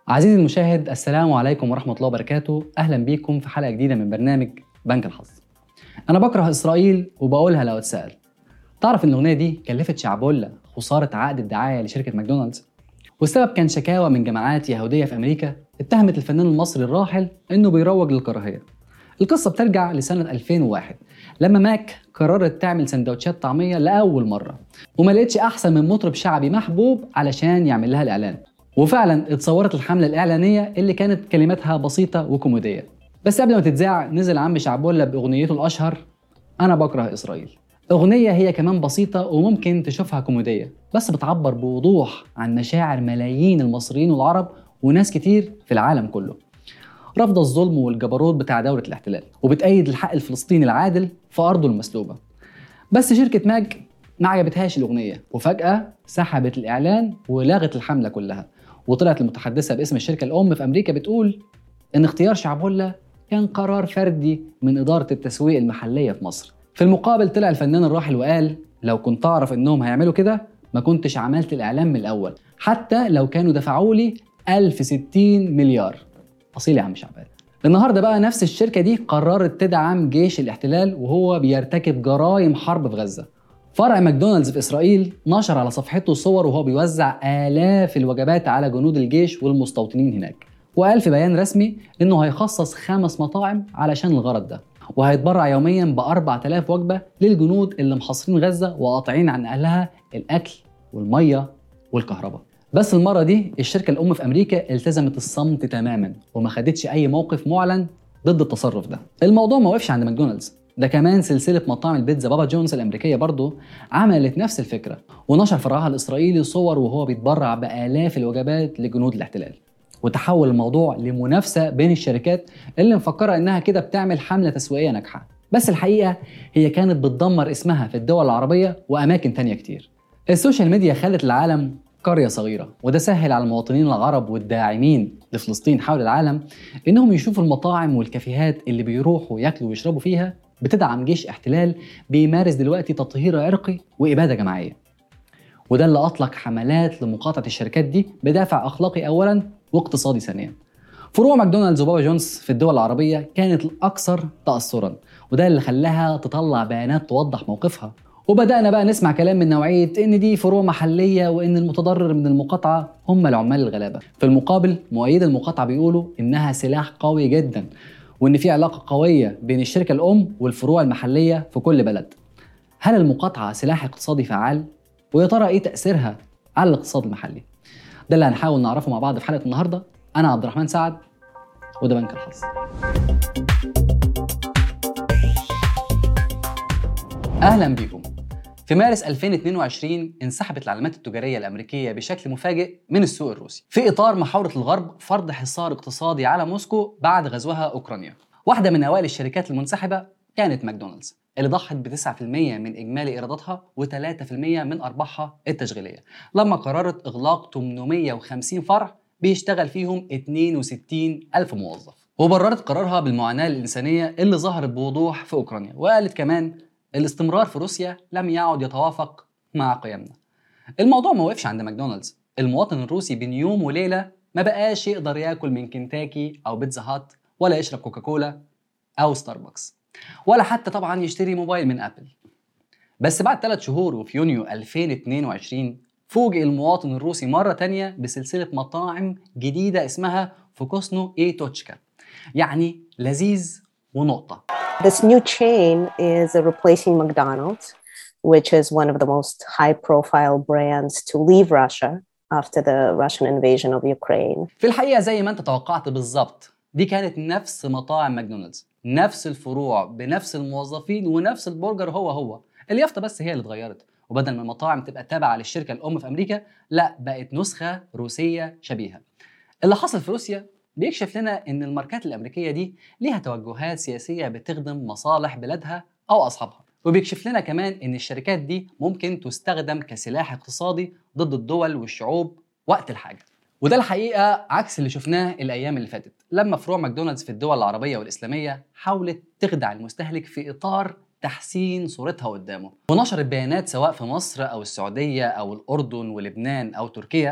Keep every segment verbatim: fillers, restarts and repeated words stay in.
عزيزي المشاهد، السلام عليكم ورحمة الله وبركاته. أهلا بيكم في حلقة جديدة من برنامج بنك الحظ. أنا بكره إسرائيل وبقولها لو اتسأل. تعرف إن الأغنية دي كلفت شعبولة خسارة عقد الدعاية لشركة ماكدونالدز؟ والسبب كان شكاوى من جماعات يهودية في أمريكا اتهمت الفنان المصري الراحل إنه بيروج للكراهية. القصة بترجع لسنة ألفين وواحد لما ماك قررت تعمل سندوتشات طعمية لأول مرة، وما لقيتش أحسن من مطرب شعبي محبوب علشان يعمل لها الإعلان. وفعلا اتصورت الحملة الإعلانية اللي كانت كلماتها بسيطة وكوميدية. بس قبل ما تتذاع نزل عم شعبولة بأغنيته الأشهر أنا بكره إسرائيل. أغنية هي كمان بسيطة وممكن تشوفها كوميدية، بس بتعبر بوضوح عن مشاعر ملايين المصريين والعرب وناس كتير في العالم كله، رفض الظلم والجبروت بتاع دولة الاحتلال، وبتأيد الحق الفلسطيني العادل في أرضه المسلوبة. بس شركة ماك ما عجبتهاش الأغنية، وفجأة سحبت الإعلان ولغت الحملة كلها. وطلعت المتحدثة باسم الشركة الأم في أمريكا بتقول إن اختيار شعبولة كان قرار فردي من إدارة التسويق المحلية في مصر. في المقابل طلع الفنان الراحل وقال لو كنت أعرف إنهم هيعملوا كده ما كنتش عملت الإعلان من الأول، حتى لو كانوا دفعوا لي ألف وستين مليار. أصيل يا عم شعبان. النهارده بقى نفس الشركة دي قررت تدعم جيش الاحتلال وهو بيرتكب جرائم حرب في غزة. فرع ماكدونالدز في إسرائيل نشر على صفحته صور وهو بيوزع آلاف الوجبات على جنود الجيش والمستوطنين هناك، وقال في بيان رسمي إنه هيخصص خمس مطاعم علشان الغرض ده، وهيتبرع يوميا ب أربعة آلاف وجبة للجنود اللي محاصرين غزة وقاطعين عن أهلها الأكل والمية والكهرباء. بس المرة دي الشركة الأم في أمريكا التزمت الصمت تماما وما خدتش أي موقف معلن ضد التصرف ده. الموضوع ما وقفش عند ماكدونالدز، ده كمان سلسلة مطاعم البيتزا بابا جونز الأمريكية برضو عملت نفس الفكرة، ونشر فرعها الإسرائيلي صور وهو بيتبرع بآلاف الوجبات لجنود الاحتلال. وتحول الموضوع لمنافسة بين الشركات اللي مفكرة إنها كده بتعمل حملة تسويقية ناجحة، بس الحقيقة هي كانت بتدمر اسمها في الدول العربية وأماكن تانية كتير. السوشيال ميديا خلت العالم قرية صغيرة، وده سهل على المواطنين العرب والداعمين لفلسطين حول العالم إنهم يشوفوا المطاعم والكافيهات اللي بيروحوا ياكلوا ويشربوا فيها بتدعم جيش احتلال بيمارس دلوقتي تطهير عرقي وإبادة جماعية. وده اللي أطلق حملات لمقاطعة الشركات دي بدافع أخلاقي أولا واقتصادي ثانيا. فروع ماكدونالدز وبابا جونز في الدول العربية كانت الأكثر تأثرا، وده اللي خلاها تطلع بيانات توضح موقفها. وبدأنا بقى نسمع كلام من نوعية إن دي فروع محلية وإن المتضرر من المقاطعة هم العمال الغلابة. في المقابل مؤيد المقاطعة بيقولوا إنها سلاح قوي جدا، وإن في علاقة قوية بين الشركة الأم والفروع المحلية في كل بلد. هل المقاطعة سلاح اقتصادي فعال؟ ويا ترى إيه تأثيرها على الاقتصاد المحلي؟ ده اللي هنحاول نعرفه مع بعض في حلقة النهاردة. أنا عبد الرحمن سعد وده بنك الحظ. أهلا بيكم. في مارس ألفين واثنين وعشرين انسحبت العلامات التجارية الأمريكية بشكل مفاجئ من السوق الروسي في إطار محاولة الغرب فرض حصار اقتصادي على موسكو بعد غزوها أوكرانيا. واحدة من أوائل الشركات المنسحبة كانت ماكدونالدز اللي ضحت ب تسعة بالمئة من إجمالي إيراداتها وثلاثة بالمئة من أرباحها التشغيلية لما قررت إغلاق ثمانمئة وخمسين فرع بيشتغل فيهم اثنين وستين ألف موظف. وبررت قرارها بالمعاناة الإنسانية اللي ظهرت بوضوح في أوكرانيا، وقالت كمان الاستمرار في روسيا لم يعد يتوافق مع قيمنا. الموضوع ما وقفش عند ماكدونالدز. المواطن الروسي بين يوم وليلة ما بقاش يقدر ياكل من كنتاكي أو بيتزا هات، ولا يشرب كوكاكولا أو ستاربكس، ولا حتى طبعا يشتري موبايل من أبل. بس بعد ثلاث شهور وفي يونيو ألفين واثنين وعشرين فوجئ المواطن الروسي مرة تانية بسلسلة مطاعم جديدة اسمها فوكوسنو اي توتشكا، يعني لذيذ ونقطة. This new chain is replacing McDonald's, which is one of the most high-profile brands to leave Russia after the Russian invasion of Ukraine. في الحقيقة زي ما انت توقعت بالظبط، دي كانت نفس مطاعم ماكدونالدز، نفس الفروع بنفس الموظفين ونفس البرجر هو هو، اليافطة بس هي اللي اتغيرت. وبدل ما المطاعم تبقى تابعة للشركة الأم في أمريكا، لا بقت نسخة روسية شبيهة. اللي حصل في روسيا بيكشف لنا إن الماركات الأمريكية دي ليها توجهات سياسية بتخدم مصالح بلادها أو أصحابها، وبيكشف لنا كمان إن الشركات دي ممكن تستخدم كسلاح اقتصادي ضد الدول والشعوب وقت الحاجة. وده الحقيقة عكس اللي شفناه الأيام اللي فاتت لما فروع ماكدونالدز في الدول العربية والإسلامية حاولت تخدع المستهلك في إطار تحسين صورتها قدامه، ونشرت بيانات سواء في مصر أو السعودية أو الأردن ولبنان أو تركيا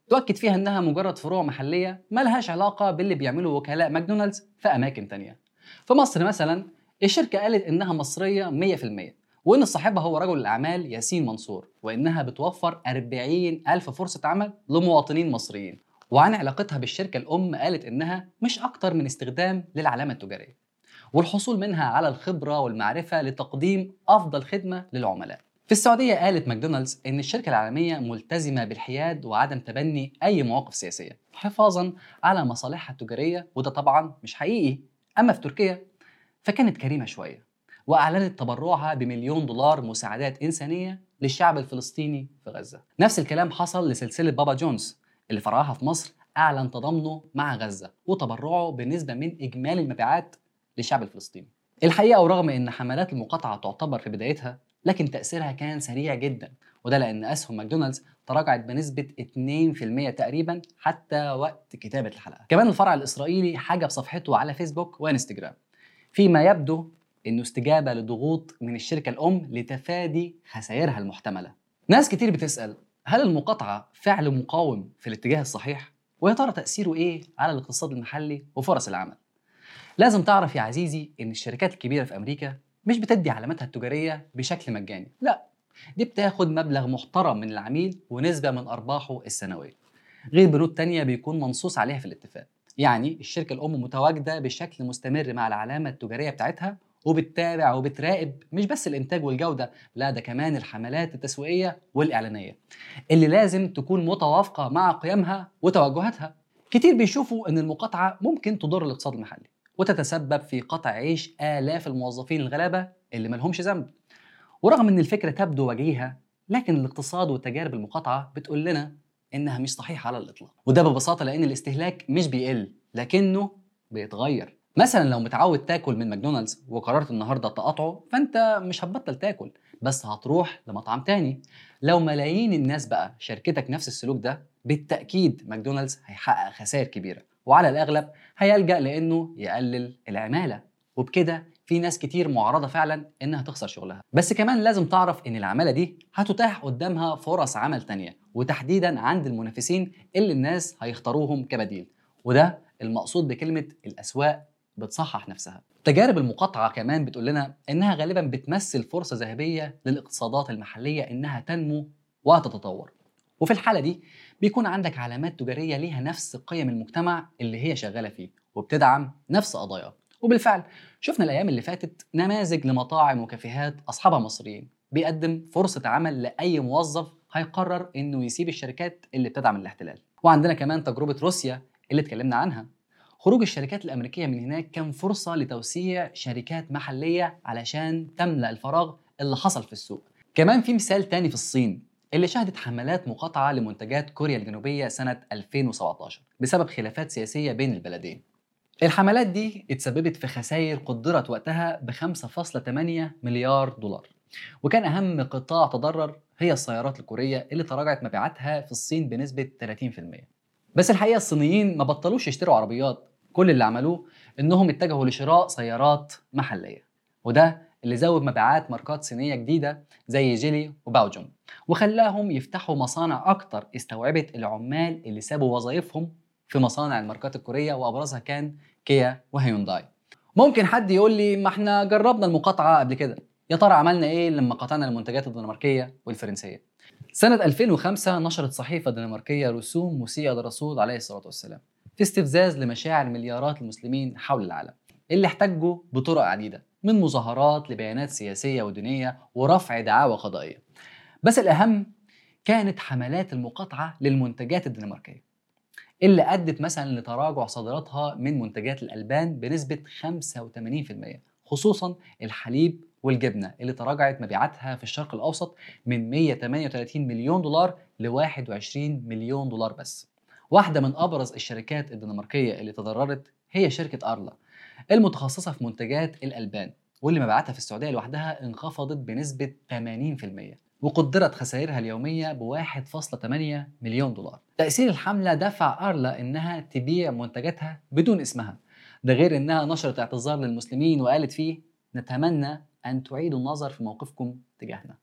تؤكد فيها إنها مجرد فروع محلية ملهاش علاقة باللي بيعمله وكلاء ماكدونالدز في أماكن تانية. في مصر مثلا الشركة قالت إنها مصرية مية في المية، وإن صاحبها هو رجل الأعمال ياسين منصور، وإنها بتوفر أربعين ألف فرصة عمل لمواطنين مصريين. وعن علاقتها بالشركة الأم قالت إنها مش أكتر من استخدام للعلامة التجارية والحصول منها على الخبرة والمعرفة لتقديم أفضل خدمة للعملاء. في السعودية قالت ماكدونالدز إن الشركة العالمية ملتزمة بالحياد وعدم تبني أي مواقف سياسية حفاظاً على مصالحها التجارية، وده طبعاً مش حقيقي. أما في تركيا فكانت كريمة شوية وأعلنت تبرعها بمليون دولار مساعدات إنسانية للشعب الفلسطيني في غزة. نفس الكلام حصل لسلسلة بابا جونز اللي فرعها في مصر أعلن تضامنه مع غزة وتبرعه بنسبة من إجمالي المبيعات للشعب الفلسطيني. الحقيقة ورغم أن حملات المقاطعة تعتبر في بدايتها، لكن تأثيرها كان سريع جدا، وده لأن أسهم ماكدونالدز تراجعت بنسبة اتنين في المية تقريبا حتى وقت كتابة الحلقة. كمان الفرع الإسرائيلي حجب صفحته على فيسبوك وانستجرام، فيما يبدو أنه استجابة لضغوط من الشركة الأم لتفادي خسائرها المحتملة. ناس كتير بتسأل هل المقاطعة فعل مقاوم في الاتجاه الصحيح؟ ويا ترى تأثيره إيه على الاقتصاد المحلي وفرص العمل؟ لازم تعرف يا عزيزي إن الشركات الكبيرة في أمريكا مش بتدي علاماتها التجارية بشكل مجاني، لا، دي بتاخد مبلغ محترم من العميل ونسبة من أرباحه السنوية، غير بنود تانية بيكون منصوص عليها في الاتفاق. يعني الشركة الأم متواجدة بشكل مستمر مع العلامة التجارية بتاعتها، وبتتابع وبتراقب مش بس الإنتاج والجودة، لا ده كمان الحملات التسويقية والإعلانية اللي لازم تكون متوافقة مع قيمها وتوجهاتها. كتير بيشوفوا إن المقاطعة ممكن تضر الاقتصاد المحلي وتتسبب في قطع عيش آلاف الموظفين الغلابة اللي ملهمش ذنب. ورغم إن الفكرة تبدو وجيهة، لكن الاقتصاد وتجارب المقاطعة بتقول لنا إنها مش صحيحة على الإطلاق، وده ببساطة لأن الاستهلاك مش بيقل لكنه بيتغير. مثلا لو متعود تاكل من ماكدونالدز وقررت النهارده تقاطعه، فأنت مش هتبطل تاكل، بس هتروح لمطعم تاني. لو ملايين الناس بقى شاركتك نفس السلوك ده، بالتأكيد ماكدونالدز هيحقق خسائر كبيرة، وعلى الأغلب هيلجأ لأنه يقلل العمالة، وبكده في ناس كتير معرضة فعلا إنها تخسر شغلها. بس كمان لازم تعرف إن العمالة دي هتتاح قدامها فرص عمل تانية، وتحديدا عند المنافسين اللي الناس هيختاروهم كبديل، وده المقصود بكلمة الأسواق بتصحح نفسها. تجارب المقاطعة كمان بتقول لنا إنها غالبا بتمثل فرصة ذهبية للاقتصادات المحلية إنها تنمو وتتطور، وفي الحالة دي بيكون عندك علامات تجارية ليها نفس قيم المجتمع اللي هي شغالة فيه وبتدعم نفس قضاياه. وبالفعل شفنا الأيام اللي فاتت نماذج لمطاعم وكافيهات أصحابها مصريين بيقدم فرصة عمل لأي موظف هيقرر إنه يسيب الشركات اللي بتدعم الاحتلال. وعندنا كمان تجربة روسيا اللي اتكلمنا عنها. خروج الشركات الأمريكية من هناك كان فرصة لتوسيع شركات محلية علشان تملأ الفراغ اللي حصل في السوق. كمان في مثال تاني في الصين اللي شهدت حملات مقاطعة لمنتجات كوريا الجنوبية سنة ألفين وسبعتاشر بسبب خلافات سياسية بين البلدين. الحملات دي اتسببت في خسائر قدرت وقتها ب خمسة فاصلة ثمانية مليار دولار، وكان أهم قطاع تضرر هي السيارات الكورية اللي تراجعت مبيعاتها في الصين بنسبة ثلاثين في المية. بس الحقيقة الصينيين ما بطلوش يشتروا عربيات، كل اللي عملوه إنهم اتجهوا لشراء سيارات محلية، وده اللي زود مبيعات ماركات صينية جديدة زي جيلي وباوجون، وخلاهم يفتحوا مصانع أكتر استوعبت العمال اللي سابوا وظائفهم في مصانع الماركات الكورية، وأبرزها كان كيا وهيونداي. ممكن حد يقول لي ما احنا جربنا المقاطعة قبل كده، يا ترى عملنا ايه لما قطعنا المنتجات الدنماركية والفرنسية؟ سنة ألفين وخمسة نشرت صحيفة دنماركية رسوم مسيئة للرسول عليه الصلاة والسلام في استفزاز لمشاعر مليارات المسلمين حول العالم اللي احتجوا بطرق عديدة، من مظاهرات لبيانات سياسية ودينية ورفع دعاوى قضائية. بس الأهم كانت حملات المقاطعة للمنتجات الدنماركية اللي أدت مثلا لتراجع صادراتها من منتجات الألبان بنسبة خمسة وثمانين في المية، خصوصا الحليب والجبنة اللي تراجعت مبيعاتها في الشرق الأوسط من مية وثمانية وثلاثين مليون دولار ل واحد وعشرين مليون دولار بس. واحدة من أبرز الشركات الدنماركية اللي تضررت هي شركة أرلا المتخصصة في منتجات الألبان، واللي مبيعاتها في السعودية لوحدها انخفضت بنسبة ثمانين في المية، وقدرت خسائرها اليومية ب واحد فاصلة ثمانية مليون دولار. تأثير الحملة دفع أرلا إنها تبيع منتجاتها بدون اسمها، ده غير إنها نشرت اعتذار للمسلمين وقالت فيه نتمنى أن تعيدوا النظر في موقفكم تجاهنا.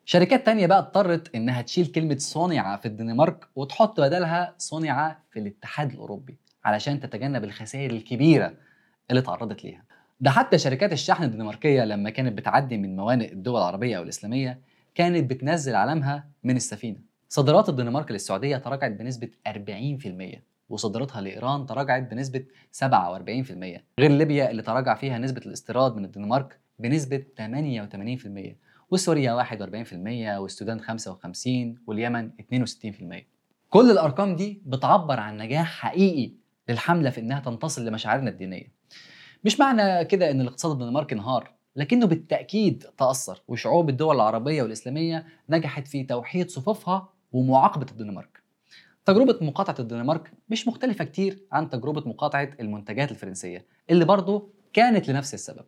شركات تانية بقى اضطرت إنها تشيل كلمة صنع في الدنمارك وتحط بدلها صنع في الاتحاد الأوروبي علشان تتجنب الخسائر الكبيرة اللي تعرضت ليها. ده حتى شركات الشحن الدنماركية لما كانت بتعدي من موانئ الدول العربية أو الإسلامية كانت بتنزل علامها من السفينة. صادرات الدنمارك للسعودية تراجعت بنسبة أربعين بالمية، وصادراتها لإيران تراجعت بنسبة سبعة وأربعين بالمية، غير ليبيا اللي تراجع فيها نسبة الاستيراد من الدنمارك بنسبة ثمانية وثمانين بالمية، وسوريا واحد وأربعين بالمية، والسودان خمسة وخمسين بالمية، واليمن اثنين وستين بالمية. كل الأرقام دي بتعبر عن نجاح حقيقي للحملة في إنها تنتصر لمشاعرنا الدينية. مش معنى كده إن الاقتصاد الدنماركي انهار، لكنه بالتأكيد تأثر، وشعوب الدول العربية والإسلامية نجحت في توحيد صفوفها ومعاقبة الدنمارك. تجربة مقاطعة الدنمارك مش مختلفة كتير عن تجربة مقاطعة المنتجات الفرنسية اللي برضه كانت لنفس السبب.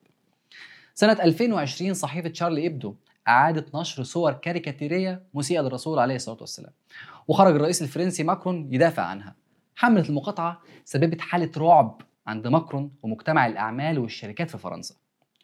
سنة ألفين وعشرين صحيفة شارلي إبدو أعادت نشر صور كاريكاتيرية مسيئة للرسول عليه الصلاة والسلام، وخرج الرئيس الفرنسي ماكرون يدافع عنها. حملة المقاطعة سببت حالة رعب عند ماكرون ومجتمع الأعمال والشركات في فرنسا،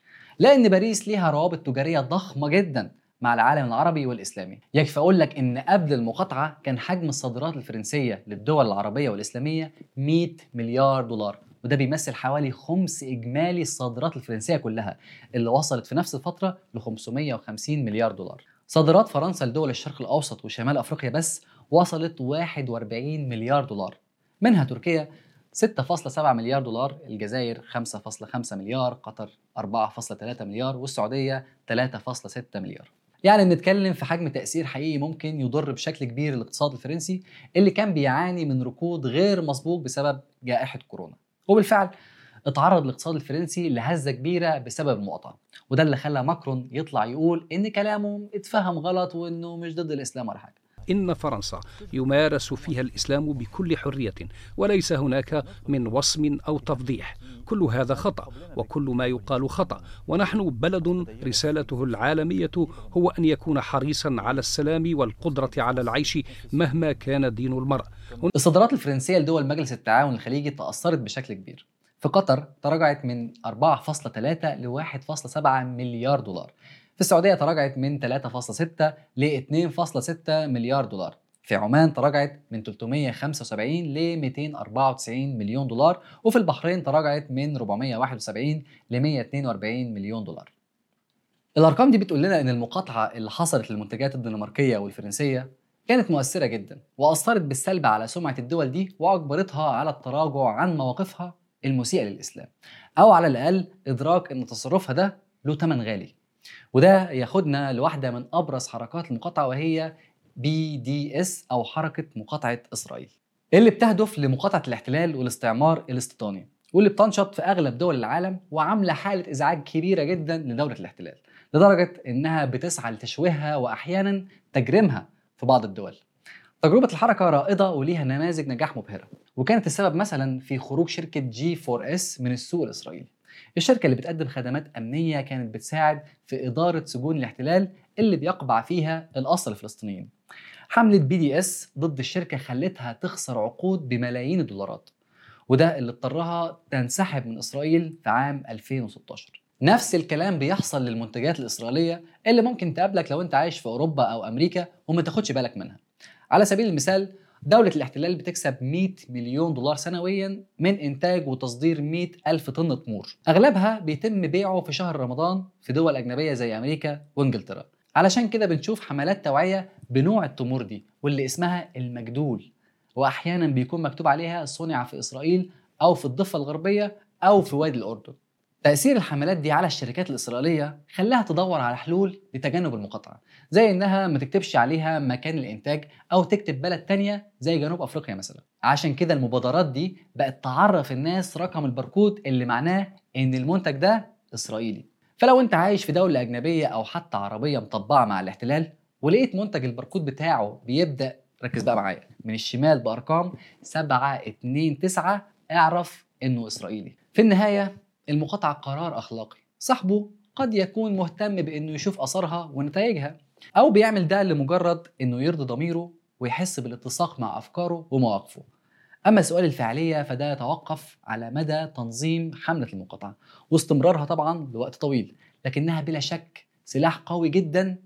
لأن باريس ليها روابط تجارية ضخمة جدا مع العالم العربي والإسلامي. يكفي أقول لك إن قبل المقاطعة كان حجم الصادرات الفرنسية للدول العربية والإسلامية مئة مليار دولار، وده بيمثل حوالي خمس إجمالي الصادرات الفرنسية كلها اللي وصلت في نفس الفترة ل خمسمئة وخمسين مليار دولار. صادرات فرنسا لدول الشرق الأوسط وشمال أفريقيا بس وصلت واحد وأربعين مليار دولار، منها تركيا ستة فاصلة سبعة مليار دولار، الجزائر خمسة فاصلة خمسة مليار، قطر أربعة فاصلة ثلاثة مليار، والسعودية ثلاثة فاصلة ستة مليار. يعني بنتكلم في حجم تأثير حقيقي ممكن يضر بشكل كبير الاقتصاد الفرنسي اللي كان بيعاني من ركود غير مسبوق بسبب جائحة كورونا. وبالفعل اتعرض الاقتصاد الفرنسي لهزة كبيرة بسبب المقاطعة، وده اللي خلى ماكرون يطلع يقول إن كلامه اتفهم غلط وإنه مش ضد الإسلام ولا حاجة. إن فرنسا يمارس فيها الإسلام بكل حرية، وليس هناك من وصم أو تفضيح. كل هذا خطأ، وكل ما يقال خطأ، ونحن بلد رسالته العالمية هو أن يكون حريصا على السلام والقدرة على العيش مهما كان دين المرء. الصادرات الفرنسية لدول مجلس التعاون الخليجي تأثرت بشكل كبير. في قطر تراجعت من أربعة فاصلة ثلاثة ل واحد فاصلة سبعة مليار دولار. في السعودية تراجعت من ثلاثة فاصلة ستة ل اثنين فاصلة ستة مليار دولار. في عمان تراجعت من ثلاثمئة وخمسة وسبعين ل مئتين وأربعة وتسعين مليون دولار. وفي البحرين تراجعت من أربعمئة وواحد وسبعين ل مئة واثنين وأربعين مليون دولار. الأرقام دي بتقول لنا إن المقاطعة اللي حصلت للمنتجات الدنماركية والفرنسية كانت مؤثرة جدا، وأثرت بالسلب على سمعة الدول دي وأجبرتها على التراجع عن مواقفها المسيئة للإسلام، أو على الأقل إدراك إن تصرفها ده له ثمن غالي. وده ياخدنا لواحدة من أبرز حركات المقاطعة، وهي بي دي إس أو حركة مقاطعة إسرائيل، اللي بتهدف لمقاطعة الاحتلال والاستعمار الاستيطاني، واللي بتنشط في أغلب دول العالم وعاملة حالة إزعاج كبيرة جدا لدولة الاحتلال، لدرجة إنها بتسعى لتشويهها وأحيانا تجريمها في بعض الدول. تجربة الحركة رائدة وليها نماذج نجاح مبهرة، وكانت السبب مثلا في خروج شركة جي فور إس من السوق الإسرائيلي. الشركة اللي بتقدم خدمات أمنية كانت بتساعد في إدارة سجون الاحتلال اللي بيقبع فيها الأسرى الفلسطينيين. حملة بي دي إس ضد الشركة خلتها تخسر عقود بملايين الدولارات، وده اللي اضطرها تنسحب من إسرائيل في عام ألفين وستة عشر. نفس الكلام بيحصل للمنتجات الإسرائيلية اللي ممكن تقابلك لو أنت عايش في أوروبا أو أمريكا وما تاخدش بالك منها. على سبيل المثال، دولة الاحتلال بتكسب مئة مليون دولار سنويا من إنتاج وتصدير مئة ألف طن تمور، أغلبها بيتم بيعه في شهر رمضان في دول أجنبية زي أمريكا وإنجلترا. علشان كده بنشوف حملات توعية بنوع التمور دي واللي اسمها المجدول، وأحيانا بيكون مكتوب عليها صنع في إسرائيل أو في الضفة الغربية أو في وادي الأردن. تأثير الحملات دي على الشركات الإسرائيلية خلاها تدور على حلول لتجنب المقاطعة، زي إنها ما تكتبش عليها مكان الإنتاج أو تكتب بلد تانية زي جنوب أفريقيا مثلا. عشان كده المبادرات دي بقت تعرف الناس رقم الباركود اللي معناه إن المنتج ده إسرائيلي. فلو أنت عايش في دولة أجنبية أو حتى عربية مطبعة مع الاحتلال ولقيت منتج الباركود بتاعه بيبدأ، ركز بقى معايا، من الشمال بأرقام سبعة اتنين تسعة، اعرف إنه إسرائيلي. في النهاية المقاطعة قرار أخلاقي، صاحبه قد يكون مهتم بأنه يشوف أثرها ونتائجها، أو بيعمل ده لمجرد أنه يرضي ضميره ويحس بالاتساق مع أفكاره ومواقفه. أما سؤال الفعالية فده يتوقف على مدى تنظيم حملة المقاطعة واستمرارها طبعا لوقت طويل، لكنها بلا شك سلاح قوي جدا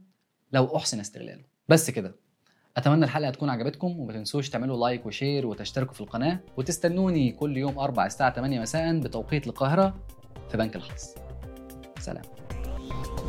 لو أحسن استغلاله. بس كده، أتمنى الحلقة تكون عجبتكم، وما تنسوش تعملوا لايك وشير وتشتركوا في القناة، وتستنوني كل يوم أربع الساعة ثمانية مساء بتوقيت القاهرة في بنك الحظ. سلام.